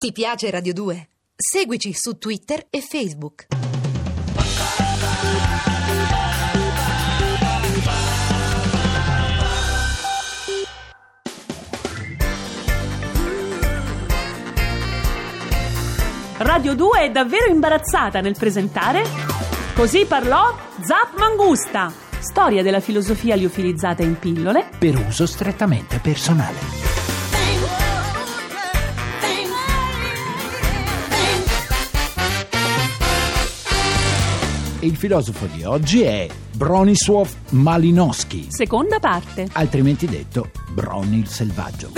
Ti piace Radio 2? Seguici su Twitter e Facebook. Radio 2 è davvero imbarazzata nel presentare Così parlò Zap Mangusta, storia della filosofia liofilizzata in pillole per uso strettamente personale. Il filosofo di oggi è Bronisław Malinowski, seconda parte, altrimenti detto Broni il selvaggio.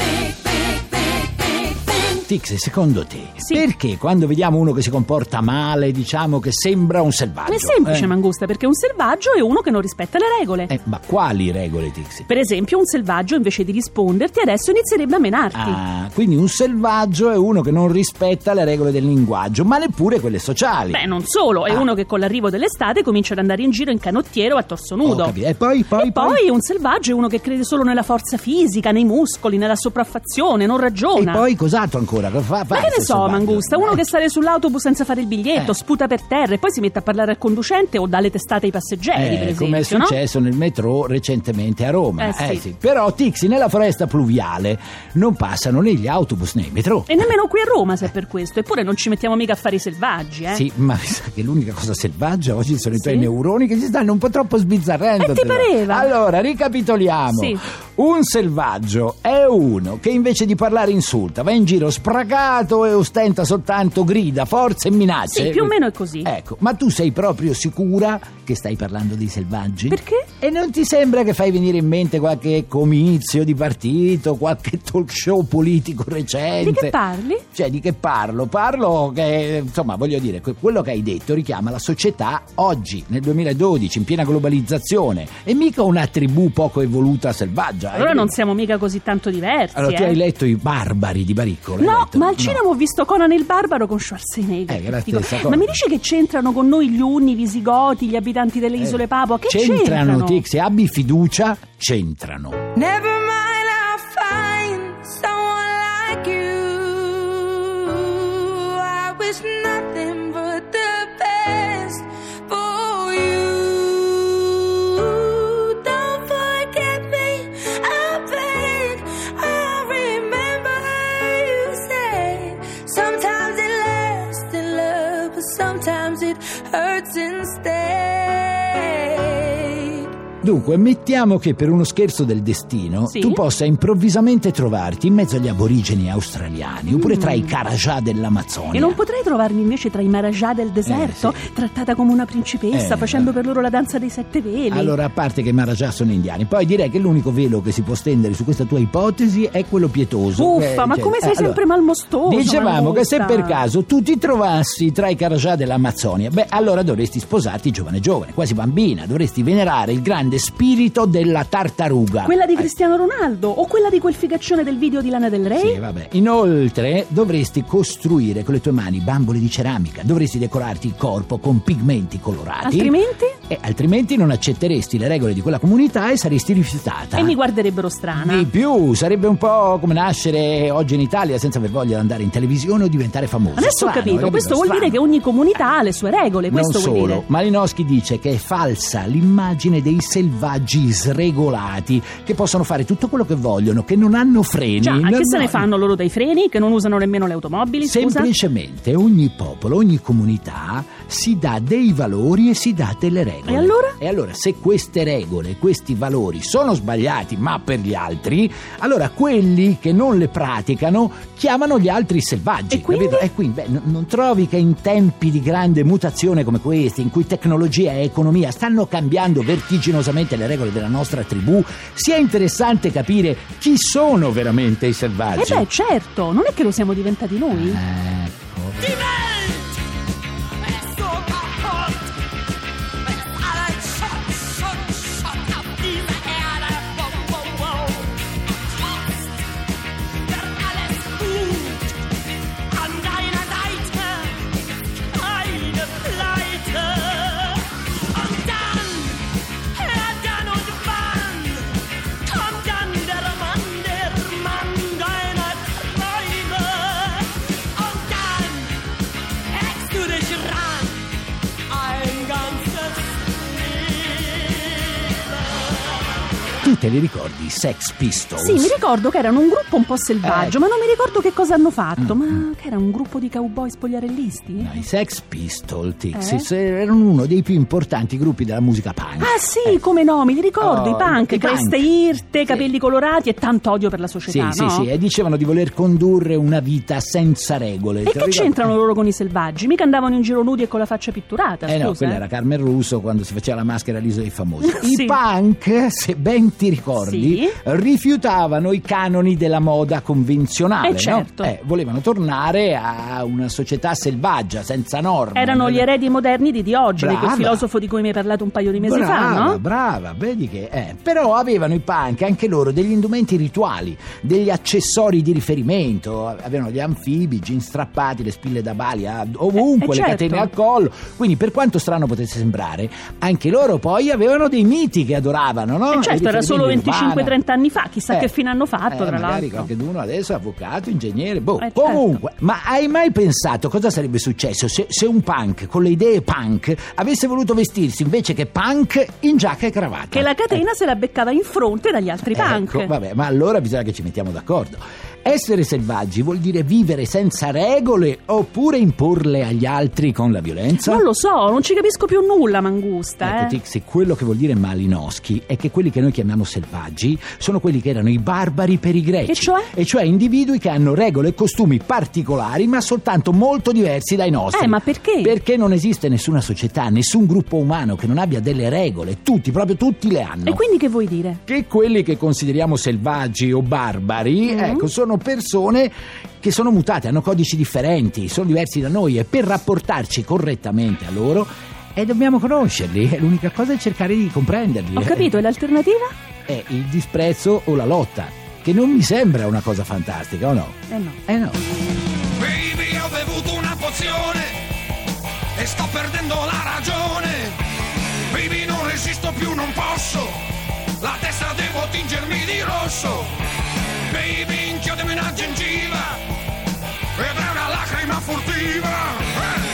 Tix, secondo te, sì, perché quando vediamo uno che si comporta male diciamo che sembra un selvaggio? È semplice, Mangusta, perché un selvaggio è uno che non rispetta le regole. Ma quali regole, Tix? Per esempio, un selvaggio invece di risponderti adesso inizierebbe a menarti. Ah, quindi un selvaggio è uno che non rispetta le regole del linguaggio, ma neppure quelle sociali. Beh, non solo, è uno che con l'arrivo dell'estate comincia ad andare in giro in canottiero a torso nudo. E poi un selvaggio è uno che crede solo nella forza fisica, nei muscoli, nella sopraffazione, non ragiona. E poi cos'altro ancora? Ma che ne so, Mangusta, uno che sale sull'autobus senza fare il biglietto, sputa per terra e poi si mette a parlare al conducente o dalle testate ai passeggeri, per esempio, come è successo, no? Nel metro recentemente a Roma. Sì. Però, Tixi, nella foresta pluviale non passano né gli autobus né i metro. E nemmeno qui a Roma, se è per questo. Eppure non ci mettiamo mica a fare i selvaggi, Sì, ma mi sa che l'unica cosa selvaggia oggi sono i tuoi neuroni che si stanno un po' troppo sbizzarrendo. Ti pareva? Allora, ricapitoliamo. Sì. Un selvaggio è uno che invece di parlare insulta, va in giro spracato e ostenta soltanto grida, forze e minacce. Sì, più o meno è così. Ecco, ma tu sei proprio sicura che stai parlando dei selvaggi? Perché? E non ti sembra che fai venire in mente qualche comizio di partito, qualche talk show politico recente? Di che parli? Cioè, di che parlo? Parlo che, insomma, voglio dire, quello che hai detto richiama la società oggi, nel 2012, in piena globalizzazione, e mica una tribù poco evoluta selvaggia. Allora non siamo mica così tanto diversi. Allora, tu hai letto I Barbari di Baricco? No, ma al cinema ho visto Conan il Barbaro con Schwarzenegger. La stessa cosa. Ma mi dici che c'entrano con noi gli Unni, i Visigoti, gli abitanti delle isole Papua? Che c'entrano? Tix, abbi fiducia, c'entrano. Never mind, I'll find someone like you. I wish nothing but the best for you. Don't forget me, I beg. I remember you said sometimes it lasts in love, but sometimes it hurts instead. Dunque, mettiamo che per uno scherzo del destino tu possa improvvisamente trovarti in mezzo agli aborigeni australiani oppure tra i Karajá dell'Amazzonia. E non potrei trovarmi invece tra i Marajá del deserto, trattata come una principessa, facendo per loro la danza dei 7 veli? Allora, a parte che i Marajá sono indiani, poi direi che l'unico velo che si può stendere su questa tua ipotesi è quello pietoso. Uffa, ma come sei sempre malmostoso? Dicevamo Mangusta, che se per caso tu ti trovassi tra i Karajá dell'Amazzonia, allora dovresti sposarti giovane, quasi bambina, dovresti venerare il grande spirito della tartaruga. Quella di Cristiano Ronaldo o quella di quel figaccione del video di Lana Del Rey? Sì, vabbè. Inoltre dovresti costruire con le tue mani bambole di ceramica, dovresti decorarti il corpo con pigmenti colorati. Altrimenti? Altrimenti non accetteresti le regole di quella comunità e saresti rifiutata. E mi guarderebbero strana. Di più, sarebbe un po' come nascere oggi in Italia senza aver voglia di andare in televisione o diventare famoso. Adesso ho capito, questo vuol dire che ogni comunità ha le sue regole, questo non vuol solo. dire. Malinowski dice che è falsa l'immagine dei selvaggi sregolati che possono fare tutto quello che vogliono, che non hanno freni. Già, che se ne fanno loro dai freni, che non usano nemmeno le automobili, Semplicemente ogni popolo, ogni comunità si dà dei valori e si dà delle regole. E allora se queste regole, questi valori sono sbagliati ma per gli altri, allora quelli che non le praticano chiamano gli altri selvaggi. E quindi? Capito? E quindi non trovi che in tempi di grande mutazione come questi, in cui tecnologia e economia stanno cambiando vertiginosamente le regole della nostra tribù, sia interessante capire chi sono veramente i selvaggi? Certo, non è che lo siamo diventati noi? Ecco. Mann, der Mann deiner Träume. Und te li ricordi i Sex Pistols? Sì, mi ricordo che erano un gruppo un po' selvaggio, ma non mi ricordo che cosa hanno fatto. Ma che era un gruppo di cowboy spogliarellisti? No, i Sex Pistols, Tix, erano uno dei più importanti gruppi della musica punk. Ah sì, come no, mi ricordo, i punk, i creste punk. irte, capelli colorati e tanto odio per la società, Sì, no? sì, e dicevano di voler condurre una vita senza regole. E Te che lo ricordi? c'entrano loro con i selvaggi? Mica andavano in giro nudi e con la faccia pitturata, scusa. No, quella era Carmen Russo quando si faceva la maschera all'Isola dei Famosi. I Sì. punk, se ben ti ricordi, Sì. rifiutavano i canoni della moda convenzionale, certo. no? Volevano tornare a una società selvaggia, senza norme. Erano gli eredi moderni di Diogene, quel Brava. filosofo di cui mi hai parlato un paio di mesi fa, no? Brava, vedi che però avevano i punk anche loro degli indumenti rituali, degli accessori di riferimento, avevano gli anfibi, jeans strappati, le spille da balia ovunque, le certo. catene al collo. Quindi, per quanto strano potesse sembrare, anche loro poi avevano dei miti che adoravano, no? Certo, era solo 25-30 anni fa, chissà che fine hanno fatto, tra magari l'altro. qualcuno adesso è avvocato, ingegnere, certo. Comunque, ma hai mai pensato cosa sarebbe successo se un punk con le idee punk avesse voluto vestirsi invece che punk in giacca e cravatta? Che la catena se la beccava in fronte dagli altri punk. Ecco, vabbè, ma allora bisogna che ci mettiamo d'accordo. Essere selvaggi vuol dire vivere senza regole oppure imporle agli altri con la violenza? Non lo so, non ci capisco più nulla, Mangusta. Ecco, Tixi, quello che vuol dire Malinowski è che quelli che noi chiamiamo selvaggi sono quelli che erano i barbari per i greci. E cioè? Individui che hanno regole e costumi particolari ma soltanto molto diversi dai nostri. Ma perché? Perché non esiste nessuna società, nessun gruppo umano che non abbia delle regole. Proprio tutti le hanno. E quindi che vuoi dire? Che quelli che consideriamo selvaggi o barbari, sono persone che sono mutate, hanno codici differenti, sono diversi da noi e per rapportarci correttamente a loro dobbiamo conoscerli. E l'unica cosa è cercare di comprenderli. Ho capito, e l'alternativa? È il disprezzo o la lotta, che non mi sembra una cosa fantastica, o no? No. No. Baby, ho bevuto una pozione e sto perdendo la ragione. Baby, non resisto più, non posso. La testa devo tingermi di rosso. Baby, inchiodami una gengiva ed è una lacrima furtiva.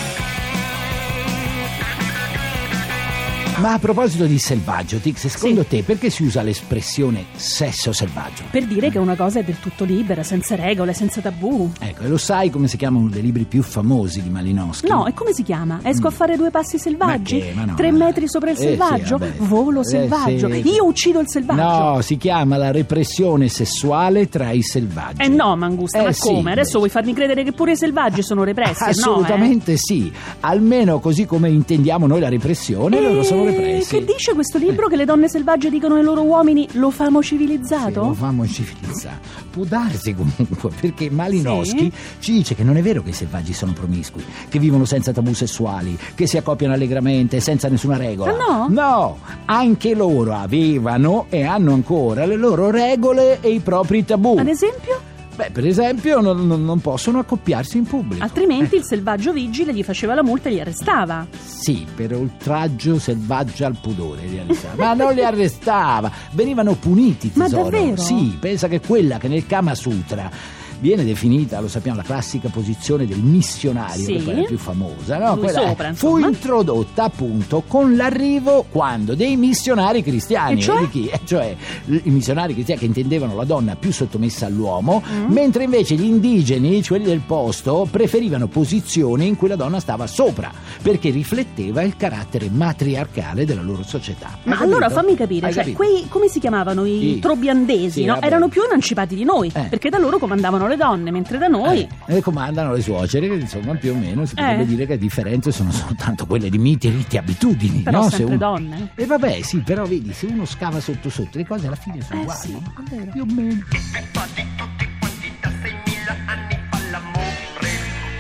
Ma a proposito di selvaggio, Tix, secondo te perché si usa l'espressione sesso selvaggio? Per dire che una cosa è del tutto libera, senza regole, senza tabù. Ecco, e lo sai come si chiama uno dei libri più famosi di Malinowski? No, e come si chiama? Esco a fare 2 passi selvaggi? Ma no, 3 metri sopra il selvaggio? sì, vabbè. Volo selvaggio? Sì. Io uccido il selvaggio? No, si chiama La repressione sessuale tra i selvaggi. No, Mangusta, ma sì, come? Adesso vuoi farmi credere che pure i selvaggi sono repressi? Assolutamente sì, almeno così come intendiamo noi la repressione, loro sono repressi. Che dice questo libro? Che le donne selvagge dicono ai loro uomini lo famo civilizzato? Sì, lo famo civilizzato. Può darsi comunque, perché Malinowski ci dice che non è vero che i selvaggi sono promiscui, che vivono senza tabù sessuali, che si accoppiano allegramente senza nessuna regola. Ah, no? No, anche loro avevano e hanno ancora le loro regole e i propri tabù. Ad esempio? Beh, per esempio non possono accoppiarsi in pubblico. Altrimenti il selvaggio vigile gli faceva la multa e li arrestava. Sì, per oltraggio selvaggio al pudore li arrestava. Ma non li arrestava, venivano puniti, tesoro. Ma davvero? Sì, pensa che quella che nel Kama Sutra viene definita, lo sappiamo, la classica posizione del missionario, sì, che poi è la più famosa, no? Lui Quella sopra, fu insomma. introdotta appunto con l'arrivo dei missionari cristiani. E cioè? Di chi? Cioè i missionari cristiani che intendevano la donna più sottomessa all'uomo, mentre invece gli indigeni, quelli del posto, preferivano posizioni in cui la donna stava sopra, perché rifletteva il carattere matriarcale della loro società. Ma Hai allora capito? fammi capire, Hai cioè capito? quei, come si chiamavano, i Sì. trobiandesi, Sì, no? vabbè. Erano più emancipati di noi, perché da loro comandavano le donne, mentre da noi... E comandano le suocere, che insomma più o meno si potrebbe dire che le differenze sono soltanto quelle di miti, riti, abitudini. Però no? sempre donne. E vabbè, sì, però vedi, se uno scava sotto le cose alla fine sono uguali. Sì, è vero. Più o meno. Infatti tutti quanti da 6.000 anni fa l'amore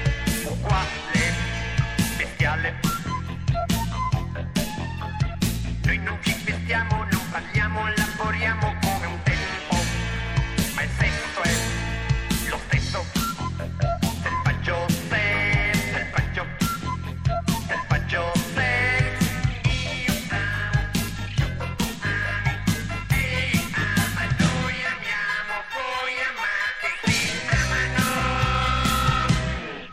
uguale, bestiale. Noi non ci vestiamo, non parliamo, lavoriamo come un tempo, ma il sesso è lo stesso. Selvaggio sex, selvaggio, selvaggio sex. Io amo, tu ami, lei ama, noi amiamo, poi amare.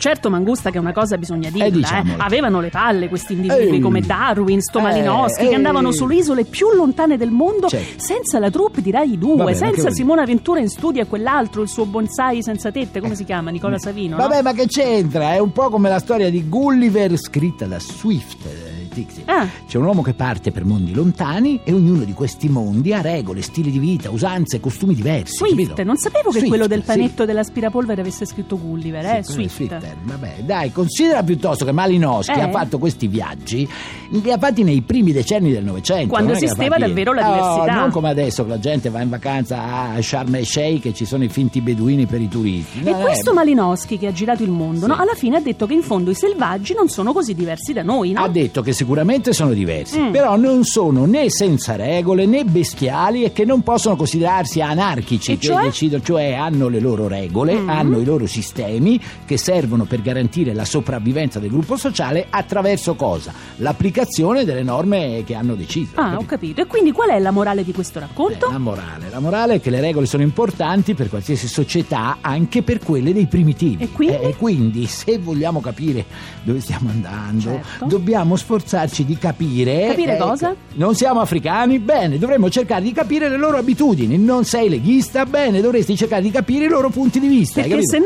certo, Mangusta, che una cosa bisogna dirla, diciamolo. avevano le palle questi individui come Darwin, sto Malinowski, che andavano sulle isole più lontane del mondo senza la troupe di Rai 2, senza Simona Ventura in studio e quell'altro, il suo bonsai senza tette, come si chiama? Nicola Savino, Vabbè, no? ma che c'entra? È un po' come la storia di Gulliver scritta da Swift. C'è un uomo che parte per mondi lontani e ognuno di questi mondi ha regole, stili di vita, usanze, costumi diversi. Swift, capito? non sapevo che Swift, quello del panetto dell'aspirapolvere avesse scritto Gulliver, Swift. Vabbè, dai, considera piuttosto che Malinowski ha fatto questi viaggi, li ha fatti nei primi decenni del Novecento. Quando esisteva davvero la diversità. Non come adesso, che la gente va in vacanza a Sharm el Sheikh e ci sono i finti beduini per i turisti. E questo Malinowski, che ha girato il mondo, no? Alla fine ha detto che in fondo i selvaggi non sono così diversi da noi, no? Ha detto che sicuramente sono diversi, però non sono né senza regole né bestiali e che non possono considerarsi anarchici, E cioè? cioè hanno le loro regole, hanno i loro sistemi che servono per garantire la sopravvivenza del gruppo sociale attraverso cosa? L'applicazione delle norme che hanno deciso. Ho capito. E quindi qual è la morale di questo racconto? La morale è che le regole sono importanti per qualsiasi società, anche per quelle dei primitivi. E quindi? Se vogliamo capire dove stiamo andando, dobbiamo sforzarci di capire. Capire cosa? Non siamo africani? Bene, dovremmo cercare di capire le loro abitudini. Non sei leghista? Bene, dovresti cercare di capire i loro punti di vista. Perché se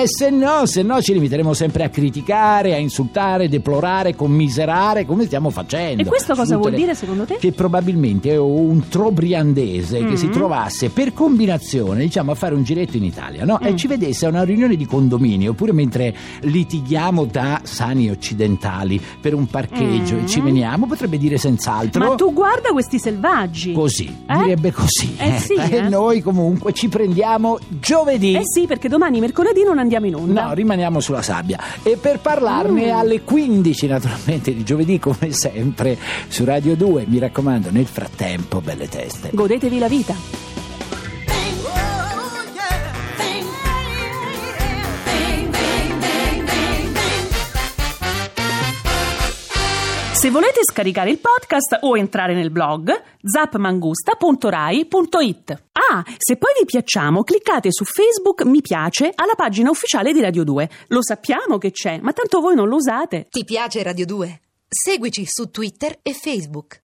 no? Se no ci limiteremo sempre a criticare, a insultare, deplorare, commiserare, come stiamo facendo. E questo cosa vuol dire secondo te? Che probabilmente un trobriandese che si trovasse per combinazione, diciamo, a fare un giretto in Italia, no? E ci vedesse a una riunione di condominio, oppure mentre litighiamo da sani occidentali per un parcheggio e ci veniamo, potrebbe dire senz'altro: ma tu guarda questi selvaggi. Così, direbbe così. Sì, E noi comunque ci prendiamo giovedì. Sì, perché domani mercoledì non andiamo in onda. No, rimaniamo sulla sabbia. E per parlarne alle 15 naturalmente di giovedì, come sempre, su Radio 2. Mi raccomando, nel frattempo, belle teste. Godetevi la vita. Se volete scaricare il podcast o entrare nel blog zapmangusta.rai.it. Se poi vi piacciamo, cliccate su Facebook mi piace alla pagina ufficiale di Radio 2. Lo sappiamo che c'è, ma tanto voi non lo usate. Ti piace Radio 2? Seguici su Twitter e Facebook.